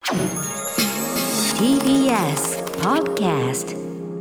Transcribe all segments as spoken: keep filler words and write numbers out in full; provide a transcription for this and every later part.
ティービーエス Podcast。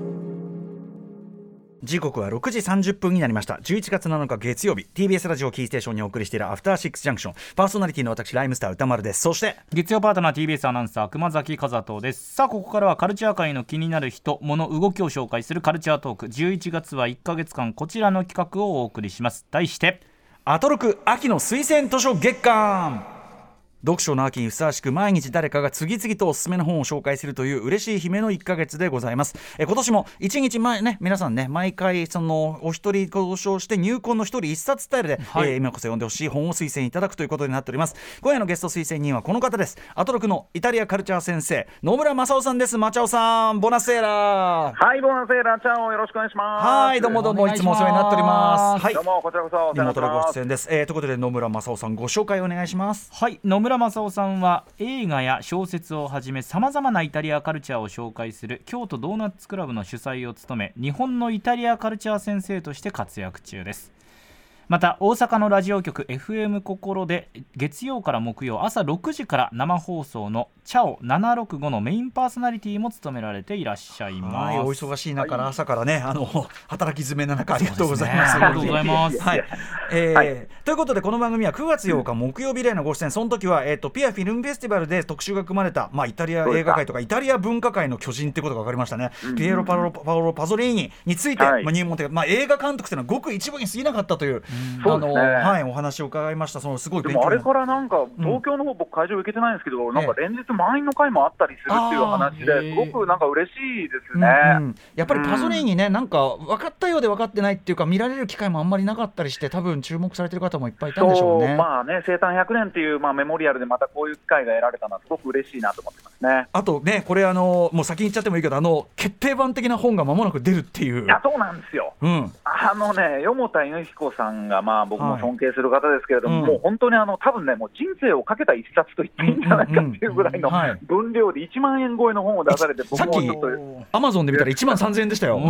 時刻はろくじさんじゅっぷんになりました。じゅういちがつなのか月曜日、 ティービーエス ラジオキーステーションにお送りしているアフターシックスジャンクション、パーソナリティの私ライムスター歌丸です。そして月曜パートナー ティービーエス アナウンサー熊崎和人です。さあここからはカルチャー界の気になる人物動きを紹介するカルチャートーク。じゅういちがつはいっかげつかんこちらの企画をお送りします。題してアトロク秋の推薦図書月間。読書の秋にふさわしく毎日誰かが次々とおすすめの本を紹介するという嬉しい悲鳴のいっかげつでございます。え今年もいちにちまえね、皆さんね毎回そのお一人交渉して入魂の一人一冊スタイルで、はい、えー、今こそ読んでほしい本を推薦いただくということになっております。今夜のゲスト推薦人はこの方です。アトロクのイタリアカルチャー先生野村正夫さんです。マチャオさん、ボナセーラ。 はい、ボナセーラ、チャオ、よろしくお願いします。 はい、どうもどうもいつもお世話になっております。はい、 どうもこちらこそリモートでご出演です。えー、ということで野村正夫さんご紹介お願いします。 はい、野村正夫さんは映画や小説をはじめさまざまなイタリアカルチャーを紹介する京都ドーナツクラブの主催を務め、日本のイタリアカルチャー先生として活躍中です。また大阪のラジオ局 エフエム 心で月曜から木曜朝ろくじから生放送のチャオななひゃくろくじゅうごのメインパーソナリティも務められていらっしゃいます。 はい、お忙しい中から朝からね、あの働き詰めな中ありがとうございます。 ありがとうございます。 はい、えーはい、ということでこの番組はくがつようか木曜日例のご出演、その時は、えー、とピアフィルムフェスティバルで特集が組まれた、まあ、イタリア映画界とかイタリア文化界の巨人ってことが分かりましたね。ピエロパロパオロパゾリーニについて、はい、まあ、入門というか、まあ、映画監督というのはごく一部に過ぎなかったという、あの、はい、お話を伺いました。そのすごい勉強。 でもあれからなんか東京の方、うん、僕会場受けてないんですけど、なんか連日満員の回もあったりするっていう話ですごくなんか嬉しいですね。 うんうん、やっぱりパゾリーニね、なんか分かったようで分かってないっていうか見られる機会もあんまりなかったりして、多分注目されてる方もいっぱいいたんでしょうね。 そう、まあね、生誕ひゃくねんっていう、まあ、メモリアルでまたこういう機会が得られたのはすごく嬉しいなと思ってますね。 あとね、これあのもう先に言っちゃってもいいけど、あの決定版的な本が間もなく出るっていう。 いや、そうなんですよ、 うん、 あのね、四方田犬彦さんが、まあ、僕も尊敬する方ですけれども、 はい、 もう本当にあの多分ね、もう人生をかけた一冊と言っていいんじゃないかっていうぐらいの分量でいちまんえん超えの本を出されて、僕もちょっとアマゾンで見たらいちまんさんぜんえんでしたよ。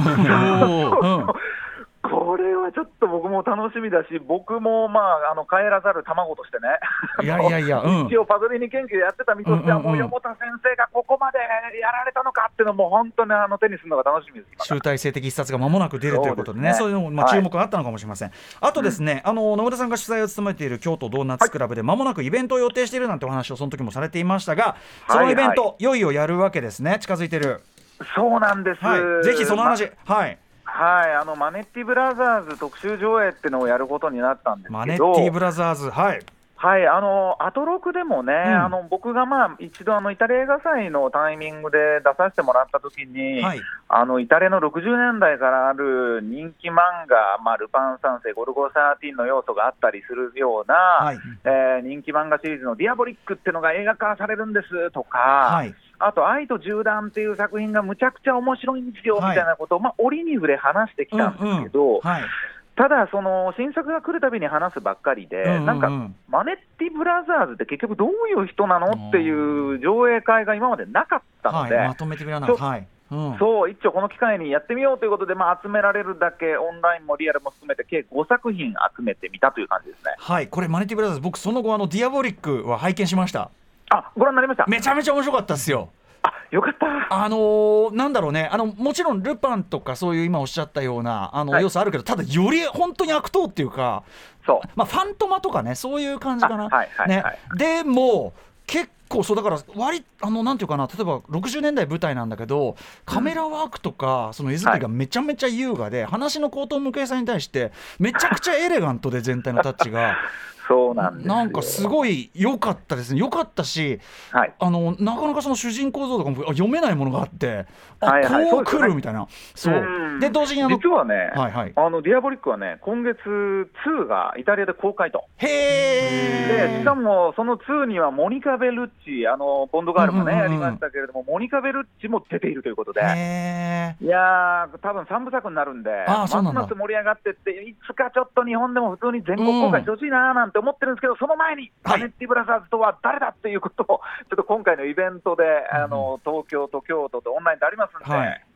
これはちょっと僕も楽しみだし、僕もまああの帰らざる卵としてね、 いやいやいや、うん、 一応パゾリーニ研究やってた身としては、もう横田先生がここまでやられたのかっていうのも本当にあの手にするのが楽しみです。 集大成的一冊が間もなく出るということでね、そういうのもまあ注目があったのかもしれません。はい、あとですね、うん、あの野村さんが主催を務めている京都ドーナツクラブで間もなくイベントを予定しているなんてお話をその時もされていましたが、そのイベント、はいはい、いよいよやるわけですね。近づいてる。 そうなんです。 はい、ぜひその話、ま、はいはい、あのマネッティブラザーズ特集上映っていうのをやることになったんですけど、 マネッティブラザーズ、はい、 はい、あのアトロクでもね、うん、あの僕が、まあ、一度あのイタリア映画祭のタイミングで出させてもらったときに、はい、あのイタリアのろくじゅうねんだいからある人気漫画、まあ、ルパン三世、ゴルゴじゅうさんの要素があったりするような、はい、えー、人気漫画シリーズのディアボリックっていうのが映画化されるんですとか、はい、あと愛と銃弾っていう作品がむちゃくちゃ面白いんですよ、はい、みたいなことを、まあ、折に触れ話してきたんですけど、うんうん、はい、ただその新作が来るたびに話すばっかりで、うんうんうん、なんかマネッティブラザーズって結局どういう人なのっていう上映会が今までなかったので、 はい、まとめてみらなかった、はい、 うん、そう一応この機会にやってみようということで、まあ、集められるだけオンラインもリアルも含めて計ごさくひん集めてみたという感じですね。 はい、これマネッティブラザーズ、僕その後あのディアボリックは拝見しました。 あ、ご覧になりました。 めちゃめちゃ面白かったですよ。 あ、よかった。 あのー、なんだろうね、あのもちろんルパンとかそういう今おっしゃったようなあの、はい、要素あるけど、ただより本当に悪党っていうか、 そう、 まあ、ファントマとかね、そういう感じかな、 はいはいはい、 ね、でも結構そうだから割あのなんていうかな、例えばろくじゅうねんだい舞台なんだけどカメラワークとか、うん、その絵作りがめちゃめちゃ優雅で、はい、話の口頭無形さに対してめちゃくちゃエレガントで全体のタッチがそうなんですよ。 なんかすごい良かったですね。良かったし、はい、あのなかなかその主人公像とかも読めないものがあって、あ、はいはい、こう来るみたいな。そう。で同時にあの実はね、 はいはい、 あのディアボリックはね、今月ツーがイタリアで公開と。 へー。 でしかもそのツーにはモニカ・ベルッチ、あのボンドガールもね、うんうんうん、やりましたけれども、モニカ・ベルッチも出ているということで、 へー、 いやー多分さんぶさくになるんで、ますます盛り上がってって、いつかちょっと日本でも普通に全国公開してほしいなーなんて思ってるんですけど、その前にマネッティブラザーズとは誰だっていうことをちょっと今回のイベントで、あの東京と京都とオンラインでありますんで、はい、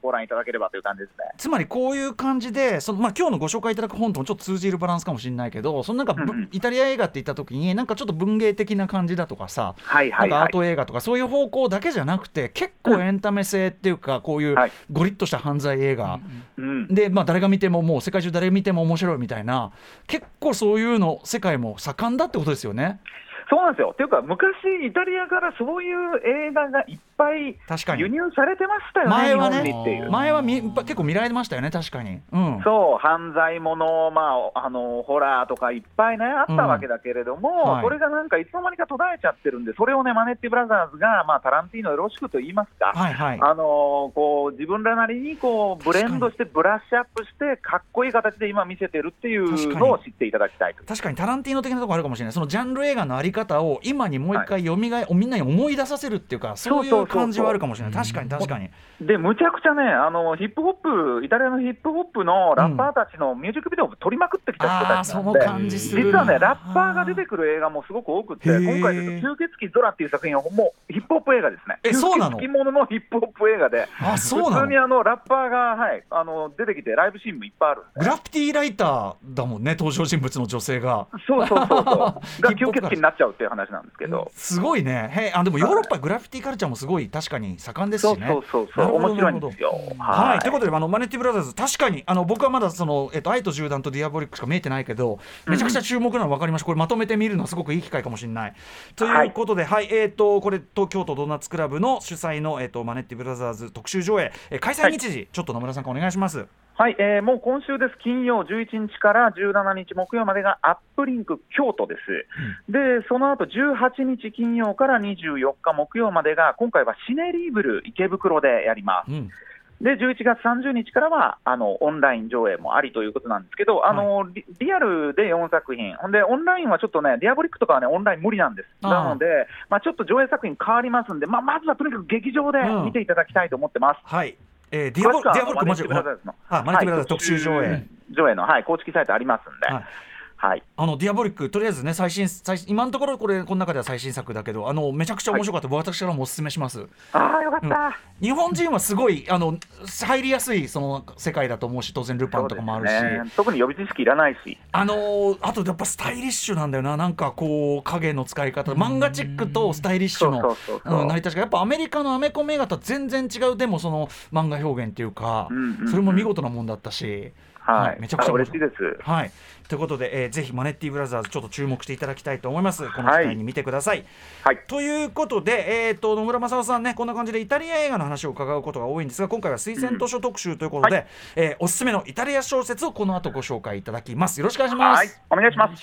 ご覧いただければという感じですね。 つまりこういう感じでその、まあ、今日のご紹介いただく本ともちょっと通じるバランスかもしれないけど、そのなんか、うんうん、イタリア映画って言った時になんかちょっと文芸的な感じだとかさ、 はいはいはい、 なんかアート映画とかそういう方向だけじゃなくて結構エンタメ性っていうか、こういうゴリッとした犯罪映画、うん、で、まあ、誰が見てももう世界中誰が見ても面白いみたいな、結構そういうの世界も盛んだってことですよね。 そうなんですよ。というか昔イタリアからそういう映画がいっぱい輸入されてましたよね。 前はね、 日本にっていう前はみ結構見られましたよね、確かに、うん、 そう犯罪もの、まあ、あのホラーとかいっぱいねあったわけだけれども、うんはい、これがなんかいつの間にか途絶えちゃってるんで、それをねマネッティブラザーズが、まあ、タランティーノよろしくと言いますか、はいはい、あのこう自分らなりにこうブレンドしてブラッシュアップしてかっこいい形で今見せてるっていうのを知っていただきたいと。 確かにタランティーノ的なところあるかもしれない。そのジャンル映画のあり方を今にもう一回よみがえ、はい、みんなに思い出させるっていうか、そういう感じはあるかもしれない。確かに確かに。 でむちゃくちゃねあのヒップホップイタリアのヒップホップのラッパーたちのミュージックビデオを撮りまくってきた人たちなんで、 うん、あその感じする実はねラッパーが出てくる映画もすごく多くて、今回ですと吸血鬼ゾラっていう作品はもうヒップホップ映画ですね。 えそうなの？ 吸血鬼もののヒップホップ映画で、 あそうなの？ 普通にあのラッパーが、はい、あの出てきてライブシーンもいっぱいあるんで、 グラフィティライターだもんね、登場人物の女性が。 そうそうそうそうが吸血鬼になっちゃうっていう話なんですけど、 すごいね。へあでもヨーロッパグラフィティカルチャーもすごい確かに盛んですしね。 そうそうそうそう面白いんですよ。 はい、はい、ということであのマネッティブラザーズ確かにあの僕はまだその、えっと、愛と銃弾とディアボリックしか見えてないけどめちゃくちゃ注目なの分かりました。これまとめて見るのはすごくいい機会かもしれないということで、はい、はい、えー、とこれ東京都ドーナツクラブの主催の、えー、とマネッティブラザーズ特集上映、えー、開催日時、はい、ちょっと野村さんからお願いします。 はい、えー、もう今週です。金曜じゅういちにちからじゅうしちにち木曜までがアップリンク京都です、うん、でその後じゅうはちにち金曜からにじゅうよっか木曜までが今回はシネリーブル池袋でやります、うん、でじゅういちがつさんじゅうにちからはあのオンライン上映もありということなんですけど、あの、はい、リ, リアルでよんさく品、ほんでオンラインはちょっとねディアボリックとかはねオンライン無理なんです。なので、まあ、ちょっと上映作品変わりますんで、まあ、まずはとにかく劇場で見ていただきたいと思ってます、 うん、はい、えー、ディアボリックマネッティブラザーズのマネッティブラザーズ特集上映、はい、 上映の、はい、公式サイトありますんで、はいはい、 あのディアボリックとりあえずね最新最新今のところこれこの中では最新作だけどあのめちゃくちゃ面白かった、はい、私からもおすすめします。 ああよかった、うん、 日本人はすごいあの入りやすいその世界だと思うし、当然ルパンとかもあるし、ね、 特に予備知識いらないし、 あのー、あとやっぱスタイリッシュなんだよな。なんかこう影の使い方漫画チックとスタイリッシュの成り立ちがやっぱアメリカのアメコミ映画とは全然違う、でもその漫画表現っていうか、うんうんうん、それも見事なもんだったし、 はいはい、めちゃくちゃ嬉しいです。 はい、ということで、えー、ぜひマネッティブラザーズちょっと注目していただきたいと思います。この機会に見てください。はい、ということで、えー、と野村正夫さんねこんな感じでイタリア映画の話を伺うことが多いんですが、今回は推薦図書特集ということで、うんはい、えー、おすすめのイタリア小説をこの後ご紹介いただきます。よろしくお願いします。 はい、お願いします。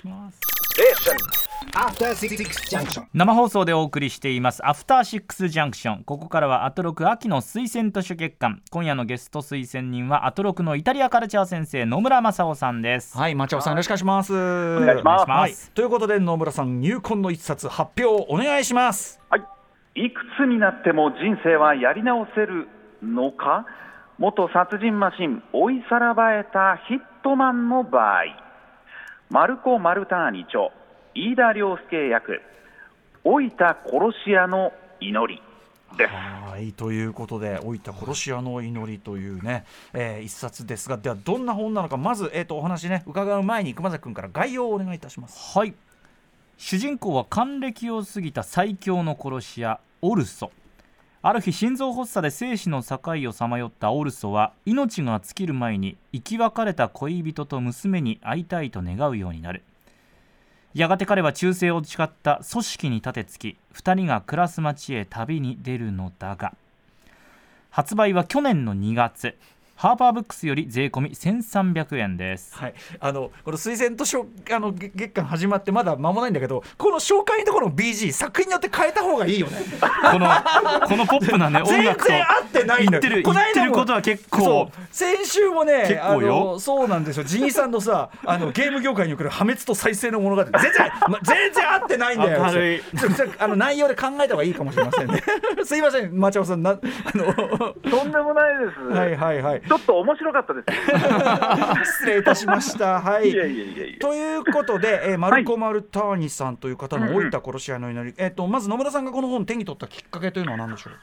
生放送でお送りしていますアフターシックスジャンクション。ここからはアトロク秋の推薦図書月間。今夜のゲスト推薦人はアトロクのイタリアカルチャー先生野村正夫さんです。 はい、正夫さんよろしくお願いします。 お願いします、 はい、ということで野村さん入魂の一冊発表お願いします。 はい、いくつになっても人生はやり直せるのか、元殺人マシン追いさらばえたヒットマンの場合、マルコ・マルターニ著、飯田亮介役、老いた殺し屋の祈りです。 はい、ということで老いた殺し屋の祈りというね、えー、一冊ですが、ではどんな本なのか、まず、えー、とお話ね伺う前に熊崎君から概要をお願いいたします。 はい、主人公は還暦を過ぎた最強の殺し屋オルソ。ある日心臓発作で生死の境をさまよったオルソは命が尽きる前に生き別れた恋人と娘に会いたいと願うようになる。やがて彼は忠誠を誓った組織に立てつき、ふたりが暮らす町へ旅に出るのだが、発売は去年のにがつ、ハーパーブックスより税込みせんさんびゃくえんです。 はい、あのこの推薦図書あの月間始まってまだ間もないんだけど、この紹介のところの ビージー 作品によって変えた方がいいよね。 このこのポップなね音楽と全然合ってないんだよ。 言ってる言ってることは結構、 先週もね結構よ、 あのそうなんですよ。ジニーさんのさあのゲーム業界における破滅と再生の物語全然、ま、全然合ってないんだよ。 明るいあの内容で考えた方がいいかもしれませんね。すいません町尾さんなあのとんでもないです。 はいはいはい、 ちょっと面白かった失礼いたしました。はい、 いやいやいやいやということで、えー、マルコ・マルターニさんという方の老いた殺し屋の祈り、はい、えー、とまず野村さんがこの本を手に取ったきっかけというのは何でしょう。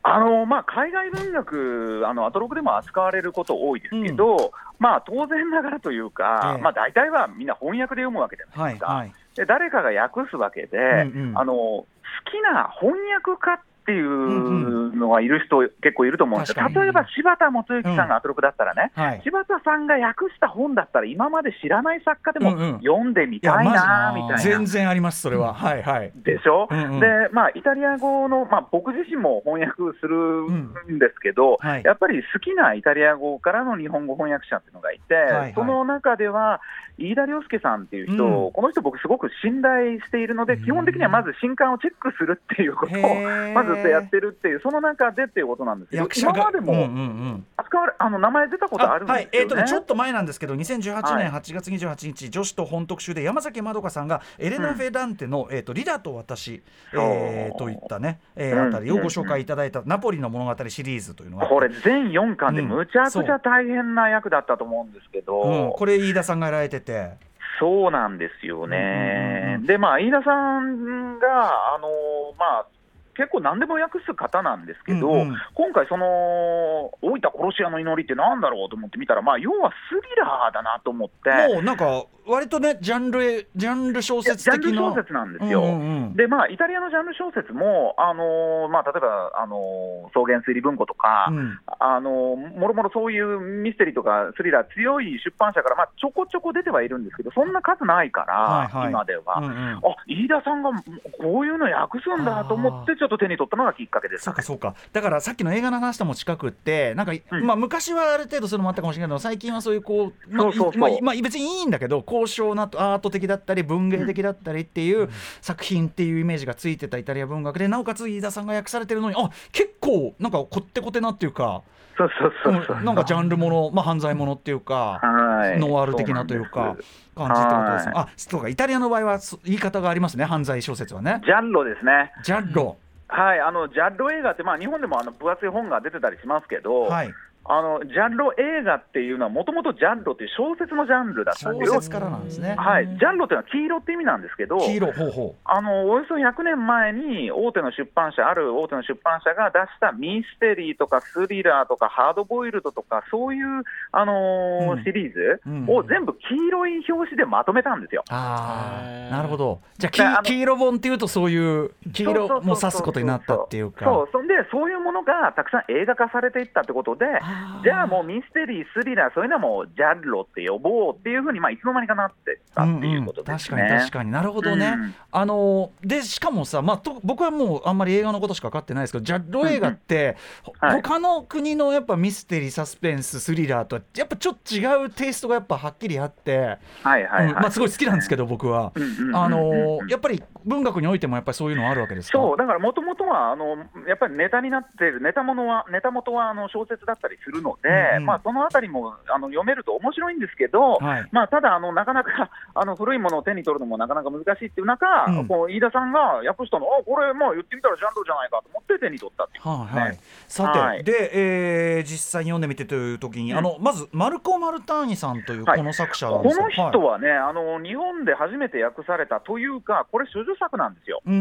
あのまあ、海外文学、あのアトロクでも扱われること多いですけど、うん、まあ、当然ながらというか、ええ、まあ、大体はみんな翻訳で読むわけじゃないですか、はいはい、で誰かが訳すわけで、うんうん、あの好きな翻訳家っていうのがいる人、結構いると思うんですよ。例えば柴田元幸さんがアトロクだったらね、うんはい、柴田さんが訳した本だったら今まで知らない作家でも読んでみたいなみたいな、 うんうん、全然あります、それは、はいはい、 でしょ、うんうん、でまあ、イタリア語の、まあ、僕自身も翻訳するんですけど、うんはい、やっぱり好きなイタリア語からの日本語翻訳者っていうのがいて、はいはい、その中では飯田亮介さんっていう人、うん、この人僕すごく信頼しているので、基本的にはまず新刊をチェックするっていうことをまずやってるっていう、その中でっていうことなんですけど、今までも扱われ、あの名前出たことあるんですよね。はい、えーとね、 ちょっと前なんですけど、にせんじゅうはちねんはちがつにじゅうはちにち、はい、女子と本特集で山崎まどかさんがエレナ・フェダンテの、うんえー、とリダと私、えー、といったね、えー、あたりをご紹介いただいた、うん、ナポリの物語シリーズというのが、 これ全よんかんでむちゃくちゃ大変な役だったと思うんですけど、 うん、これ飯田さんがやられてて、 そうなんですよね、うんうんうん、でまあ飯田さんがあのまあ結構何でも訳す方なんですけど、うんうん、今回その大分殺し屋の祈りってなんだろうと思って見たら、まあ、要はスリラーだなと思って、 もうなんか割とねジャンルジャンル小説的なジャンル小説なんですよ、うんうん、でまあイタリアのジャンル小説もあのーまあ、例えばあのー草原推理文庫とか、うん、あのー、もろもろそういうミステリーとかスリラー強い出版社から、まあ、ちょこちょこ出てはいるんですけど、そんな数ないから、はいはい、今では、うんうん、あ飯田さんがこういうの訳すんだと思ってちょっと手に取ったのがきっかけです、ね、 そうかそうか。だからさっきの映画の話とも近くって、なんか、うんまあ、昔はある程度そういうのもあったかもしれないけど、最近はそういうこう、まあ、そうそうそう、まあまあ、別にいいんだけど高尚なアート的だったり文芸的だったりっていう作品っていうイメージがついてたイタリア文学で、なおかつ飯田さんが訳されてるのに、あ結構なんかこってこてなっていうか、 そうそうそうそう、 なんかジャンルもの、まあ、犯罪ものっていうか、はい、ノワール的なというか感じってことですね。あ、そうか、イタリアの場合は言い方がありますね、犯罪小説はね。 ジャンロですね。 ジャンロ、 はい、あのジャンロ映画って、まあ、日本でもあの分厚い本が出てたりしますけど、はい、あのジャンロ映画っていうのはもともとジャンロっていう小説のジャンルだったんですよ。 小説からなんですね。 はい、ジャンロっていうのは黄色って意味なんですけど、 黄色、ほうほう、 あのおよそひゃくねんまえに大手の出版社ある大手の出版社が出したミステリーとかスリラーとかハードボイルドとかそういう、あのーうん、シリーズを全部黄色い表紙でまとめたんですよ。 あー、なるほど。じゃあ黄色本っていうとそういう黄色も指すことになったっていうか、 そうそんでそういうものがたくさん映画化されていったってことで、じゃあもうミステリースリラーそういうのはもうジャンロって呼ぼうっていうふうに、まあ、いつの間にかなってったっていうことですね、 うんうん、確かに確かに、なるほどね、うん、あのでしかもさ、まあ、と僕はもうあんまり映画のことしか分かってないですけど、ジャンロ映画って、うんうん、他の国のやっぱミステリーサスペンススリラーとはやっぱちょっと違うテイストがやっぱはっきりあって、はいはいはい、うん、まあ、すごい好きなんですけど僕は、あのやっぱり文学においてもやっぱりそういうのあるわけですか。 そうだからもともとはあのやっぱりネタになっているネタものはネタ元はあの小説だったりするので、うんうん、まあ、そのあたりもあの読めると面白いんですけど、はい、まあ、ただあのなかなかあの古いものを手に取るのもなかなか難しいっていう中、うん、こう飯田さんが訳したの、あこれまあ言ってみたらジャンルじゃないかと思って手に取ったっていう、ね、はいはい、 さて、はい、で、えー、実際に読んでみてという時に、うん、あのまずマルコ・マルターニさんというこの作者なんです、 はい、この人はね、はい、あの日本で初めて訳されたというかこれ処女作なんですよ、うんうんうん、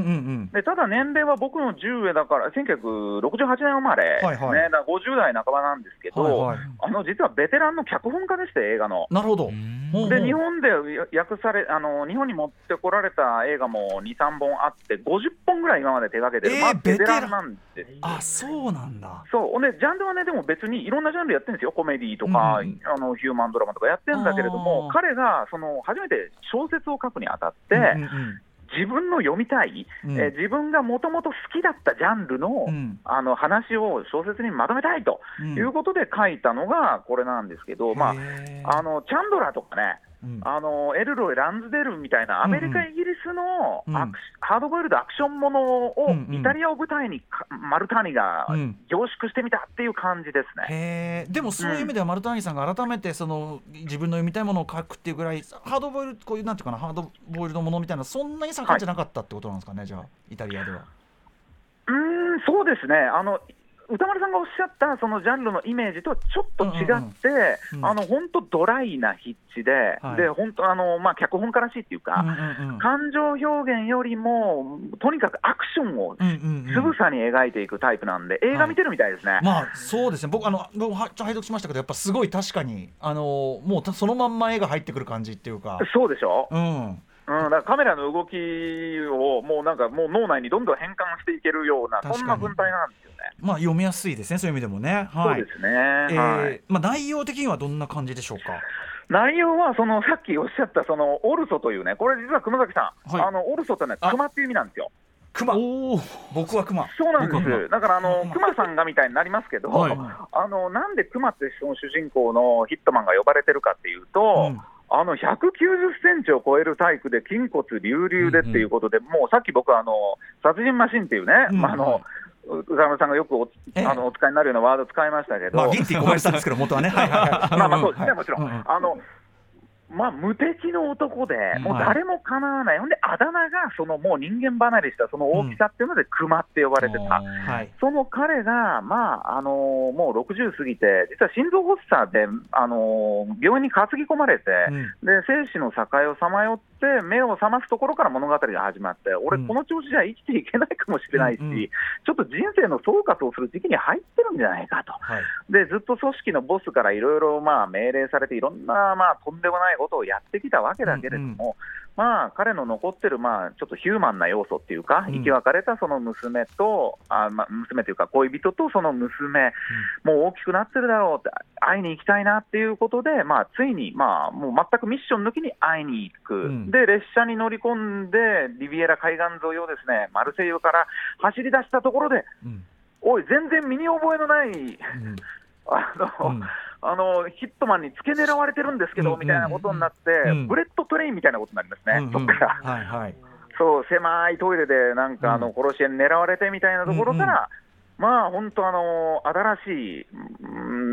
でただ年齢は僕のじゅう上だからせんきゅうひゃくろくじゅうはちねん生まれ、はいはい、ね、だからごじゅう代半ばなんですけど、はいはい、あの実はベテランの脚本家でして映画の。 なるほど。 で日本で訳されあの日本に持ってこられた映画もにさんぼんあってごじゅっぽんぐらい今まで手掛けてる、えーまあ、ベテランなんですよ。 あ、そうなんだ。 そうでジャンルはねでも別にいろんなジャンルやってるんですよ。コメディとか、うん、あのヒューマンドラマとかやってるんだけれども、彼がその初めて小説を書くにあたって、うんうんうん、自分の読みたい、うん、えー、自分がもともと好きだったジャンル の,、うん、あの話を小説にまとめたいということで書いたのがこれなんですけど、うん、まあ、あのチャンドラーとかね、うん、あのエルロイ・ランズデルみたいなアメリカ、うんうん、イギリスのアク、うん、ハードボイルドアクションものをイタリアを舞台にマルターニが凝縮してみたっていう感じですね、うん、 へでもそういう意味ではマルターニさんが改めてその自分の読みたいものを書くっていうぐらいハードボイルドこういうなんていうかなハードボイルドものみたいなそんなに盛んじゃなかったってことなんですかね、はい、じゃあイタリアでは。 うーんそうですね、あの歌丸さんがおっしゃったそのジャンルのイメージとはちょっと違って、うんうんうん、あの本当ドライな筆致で、はい、で本当あの、まあ、脚本家らしいっていうか、うんうんうん、感情表現よりもとにかくアクションをつぶさに描いていくタイプなんで、うんうんうん、映画見てるみたいですね、はい、 まあそうですね。僕あの僕は拝読しましたけど、やっぱすごい確かにあのもうそのまんま絵が入ってくる感じっていうか。 そうでしょ、 うんうん、だからカメラの動きをもうなんかもう脳内にどんどん変換していけるようなそんな文体なんですよね。 まあ読みやすいですね、そういう意味でもね、 はい、そうですね、 えーはいまあ、内容的にはどんな感じでしょうか。 内容はそのさっきおっしゃったそのオルソというね、これ実は熊崎さん、はい、あのオルソってのは熊っていう意味なんですよ。 熊、お僕は熊。 そうなんです。だからあの熊さんがみたいになりますけど、はい、あのなんで熊ってその主人公のヒットマンが呼ばれてるかっていうと、うんあのひゃくきゅうじゅっセンチを超える体育で筋骨隆々でっていうことで、うんうん、もうさっき僕はあの殺人マシンっていうね、うんまあ、あの宇佐村さんがよく お, あのお使いになるようなワード使いましたけど、 まあ、ギンティ小林さんですけど元はねはいはいはいまあまあそうですね、もちろん、うんうん、あのまあ、無敵の男で、もう誰もかなわない、はい、ほんであだ名がそのもう人間離れしたその大きさっていうので熊って呼ばれてた、うんはい、その彼が、まああのー、もうろくじゅう過ぎて、実は心臓発作で、あのー、病院に担ぎ込まれて、うん、で生死の境をさまよって目を覚ますところから物語が始まって、俺、この調子じゃ生きていけないかもしれないし、うんうん、ちょっと人生の総括をする時期に入ってるんじゃないかと、はい、でずっと組織のボスからいろいろ命令されて、いろんな、まあ、とんでもないことをやってきたわけだけれども、うんうんまあ、彼の残ってる、まあ、ちょっとヒューマンな要素っていうか、うん、生き別れたその娘とあ、まあ、娘というか恋人とその娘、うん、もう大きくなってるだろうって会いに行きたいなっていうことで、まあ、ついに、まあ、もう全くミッション抜きに会いに行く、うん、で列車に乗り込んでリビエラ海岸沿いをですね、マルセイユから走り出したところで、うん、おい全然身に覚えのない、うんあの、うん、あのヒットマンに付け狙われてるんですけど、うん、みたいなことになって、うん、ブレッドトレインみたいなことになりますね、うんうん、そっから、はいはい、そう狭いトイレでなんか、うん、あの殺し屋に狙われてみたいなところから、うんうん、まあ本当あの新しい、うん、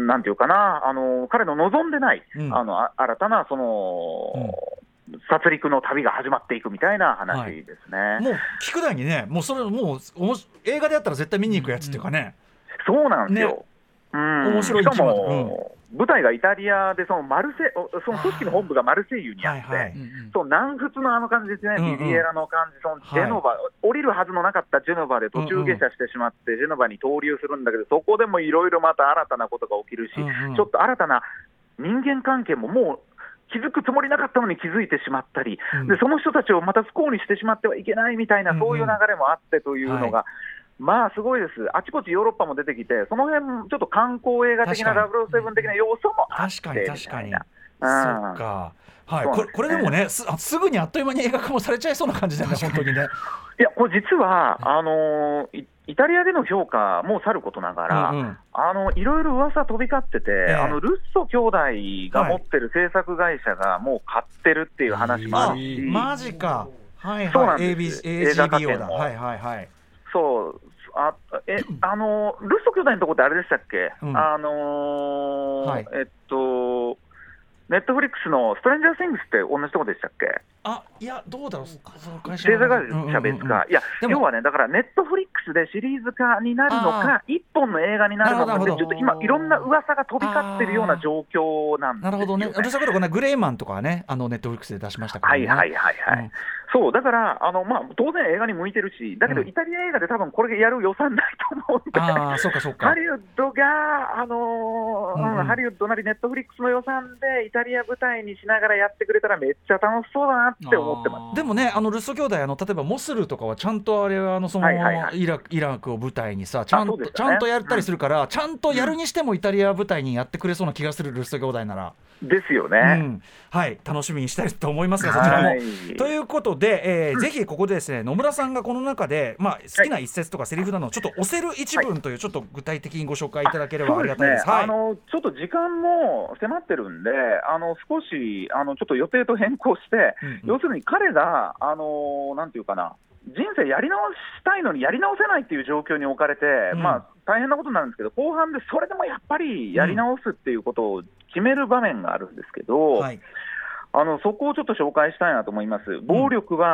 なんていうかな、あの彼の望んでない、うん、あの新たなその、うん殺戮の旅が始まっていくみたいな話ですね、はい、 もう聞くだにね、もうそれもう映画であったら絶対見に行くやつっていうかね、 うん、そうなんですよ、ねうん、面白い。しかも、うん、舞台がイタリアでそのマルセその組織の本部がマルセイユにあって、はいはい、その南仏のあの感じですね、うんうん、リビエラの感じ、そのジェノバ、はい、降りるはずのなかったジェノバで途中下車してしまって、うんうん、ジェノバに投留するんだけど、そこでもいろいろまた新たなことが起きるし、うんうん、ちょっと新たな人間関係ももう気づくつもりなかったのに気づいてしまったり、うん、でその人たちをまた不幸にしてしまってはいけないみたいな、うんうん、そういう流れもあってというのが、はいまあすごいです。あちこちヨーロッパも出てきて、その辺ちょっと観光映画的なダブルオーセブン的な要素もあって確かに確かに、うん、そっか、はい、これ、これでもね す, すぐにあっという間に映画化もされちゃいそうな感じだよね本当にね。 いやこれ実はあのー、イタリアでの評価もさることながら、うんうん、あのいろいろ噂飛び交ってて、えー、あのルッソ兄弟が持ってる制作会社がもう買ってるっていう話もあるし、 マジか、はいはい、 そうなんです。 エージービーオー だ、はいはいはい、 そうあえあのルッソ兄弟のところってあれでしたっけ、うん、あのーはい、えっとネットフリックスのストレンジャー・シングスって同じところでしたっけ。 あいやどうだろう、その会社制作会社別か、うんうんうん、いや要はね、だからネットフリックスでシリーズ化になるのか一本の映画になるのかで、ちょっと今いろんな噂が飛び交ってるような状況なんですよね。 なるほどね。私はこれグレイマンとかはね、あのネットフリックスで出しましたからね。 はいはいはいはい、うん、そうだからあの、まあ、当然映画に向いてるし、だけどイタリア映画で多分これやる予算ないと思うんで、 あそうかそうか、 ハリウッドが、あのーうんうん、ハリウッドなりネットフリックスの予算でイタリア舞台にしながらやってくれたらめっちゃ楽しそうだなって思ってます。 でもね、あのルッソ兄弟、あの例えばモスルとかはちゃんとあれはあのその、はいはいはい、イラク、イラクを舞台にさちゃんと、ね、ちゃんとやったりするから、うん、ちゃんとやるにしてもイタリア舞台にやってくれそうな気がする、ルッソ兄弟なら。 ですよね、 うん、はい楽しみにしたいと思いますが、そちらも、はい、ということで、えーうん、ぜひここでですね野村さんがこの中で、まあ、好きな一節とかセリフなどをちょっと押せる一文という、ちょっと具体的にご紹介いただければありがたいです。 あのちょっと時間も迫ってるんで、あの少しあのちょっと予定と変更して、うんうん、要するに彼があのなんていうかな、人生やり直したいのにやり直せないっていう状況に置かれて、うん、まあ大変なことなんですけど、後半でそれでもやっぱりやり直すっていうことを決める場面があるんですけど、うんはい、あのそこをちょっと紹介したいなと思います。暴力は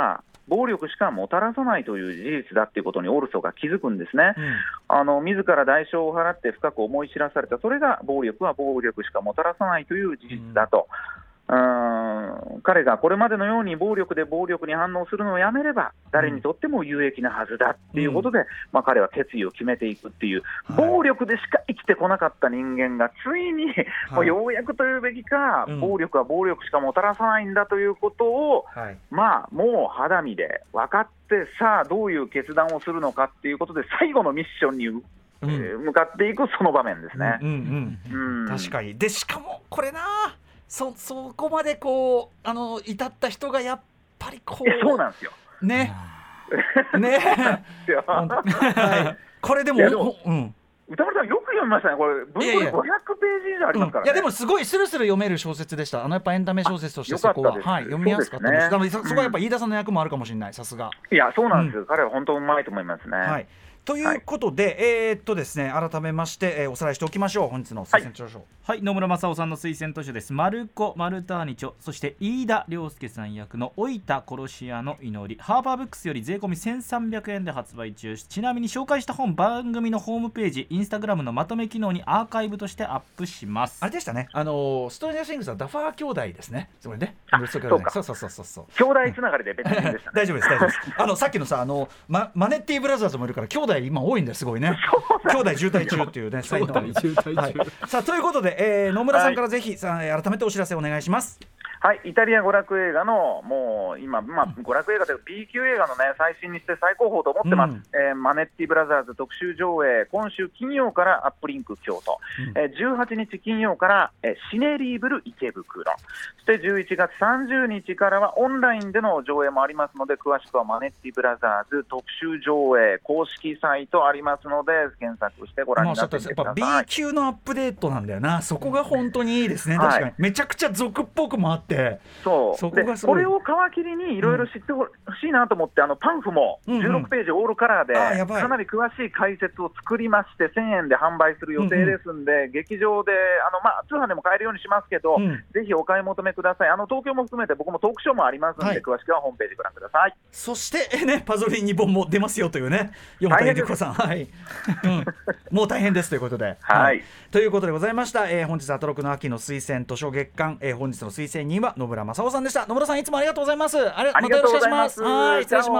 暴力しかもたらさないという事実だっていうことにオルソが気づくんですね、うん、あの自ら代償を払って深く思い知らされた、それが暴力は暴力しかもたらさないという事実だと、うん、うーん彼がこれまでのように暴力で暴力に反応するのをやめれば誰にとっても有益なはずだっていうことで、うんまあ、彼は決意を決めていくっていう、はい、暴力でしか生きてこなかった人間がついに、はい、もうようやくというべきか、うん、暴力は暴力しかもたらさないんだということを、はい、まあもう肌身で分かって、さあどういう決断をするのかっていうことで最後のミッションにうんえー、向かっていくその場面ですね、 うんうんうん、確かに。でしかもこれなそ, そこまでこうあの至った人がやっぱりこうそうなんですよねねはい、これでも、うん、 歌丸さんよく読みましたねこれ。文庫でごひゃくページ以上ありますからね。 いやいや、うん、いやでもすごいスルスル読める小説でした。あのやっぱエンタメ小説としてそこは、はい、読みやすかったです。だからそこはやっぱ飯田さんの役もあるかもしれない、さすが。 いやそうなんですよ、うん、彼は本当うまいと思いますね。 はいということで、はい、えー、っとですね改めまして、えー、おさらいしておきましょう。本日の推薦図書、はいはい、野村正夫さんの推薦図書です。マルコ・マルターニチョ、そして飯田亮介さん役の老いた殺し屋の祈り、ハーバーブックスより税込みせんさんびゃくえんで発売中。ちなみに紹介した本、番組のホームページ、インスタグラムのまとめ機能にアーカイブとしてアップします。 あれでしたね、あのストレンジャーシングスはダファー兄弟ですね。それね、 そうか、 そうそうそうそうそう、 兄弟つながりで別にでしたね大丈夫です大丈夫です。あのさっきのさあの、ま、マネッティブラザーズもいるから兄弟今多いんですごいね。兄弟渋滞中っていうね。 兄弟渋滞中、 はい、さあということで、えー、野村さんからぜひ、はい、改めてお知らせお願いします。 はい、イタリア娯楽映画のもう今、まあ、娯楽映画というか B 級映画の、ね、最新にして最高峰と思ってます、うんえー、マネッティブラザーズ特集上映、今週金曜からアップリンク京都、うんえー、じゅうはちにち金曜から、えー、シネリーブル池袋、そしてじゅういちがつさんじゅうにちからはオンラインでの上映もありますので、詳しくはマネッティブラザーズ特集上映公式サイトありますので検索してご覧になってみてください。 やっぱ B 級のアップデートなんだよな。そこが本当にいいですね。確かに、はい、めちゃくちゃ俗っぽくもあって、 そうそこがすごい。 でこれを皮切りにいろいろ知ってほしいなと思って、うん、あのパンフもじゅうろくページオールカラーで、うんうん、かなり詳しい解説を作りましてせんえんで販売する予定ですんで、うんうん、劇場であの、まあ、通販でも買えるようにしますけど、うん、ぜひお買い求めください。あの東京も含めて僕もトークショーもありますので、はい、詳しくはホームページご覧ください。 そしてね、パゾリンにぼんも出ますよというね、よんたいりこさん、はい、うん、もう大変ですということで、 はいはい、 ということでございました、えー、本日アトロクの秋の推薦図書月間、えー、本日の推薦人は野村正夫さんでした。野村さんいつもありがとうございます。あれ、 ありがとうございます。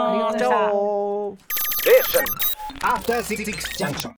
またよろしくお願いします。はい、失礼します。チャオ。 After Six Junction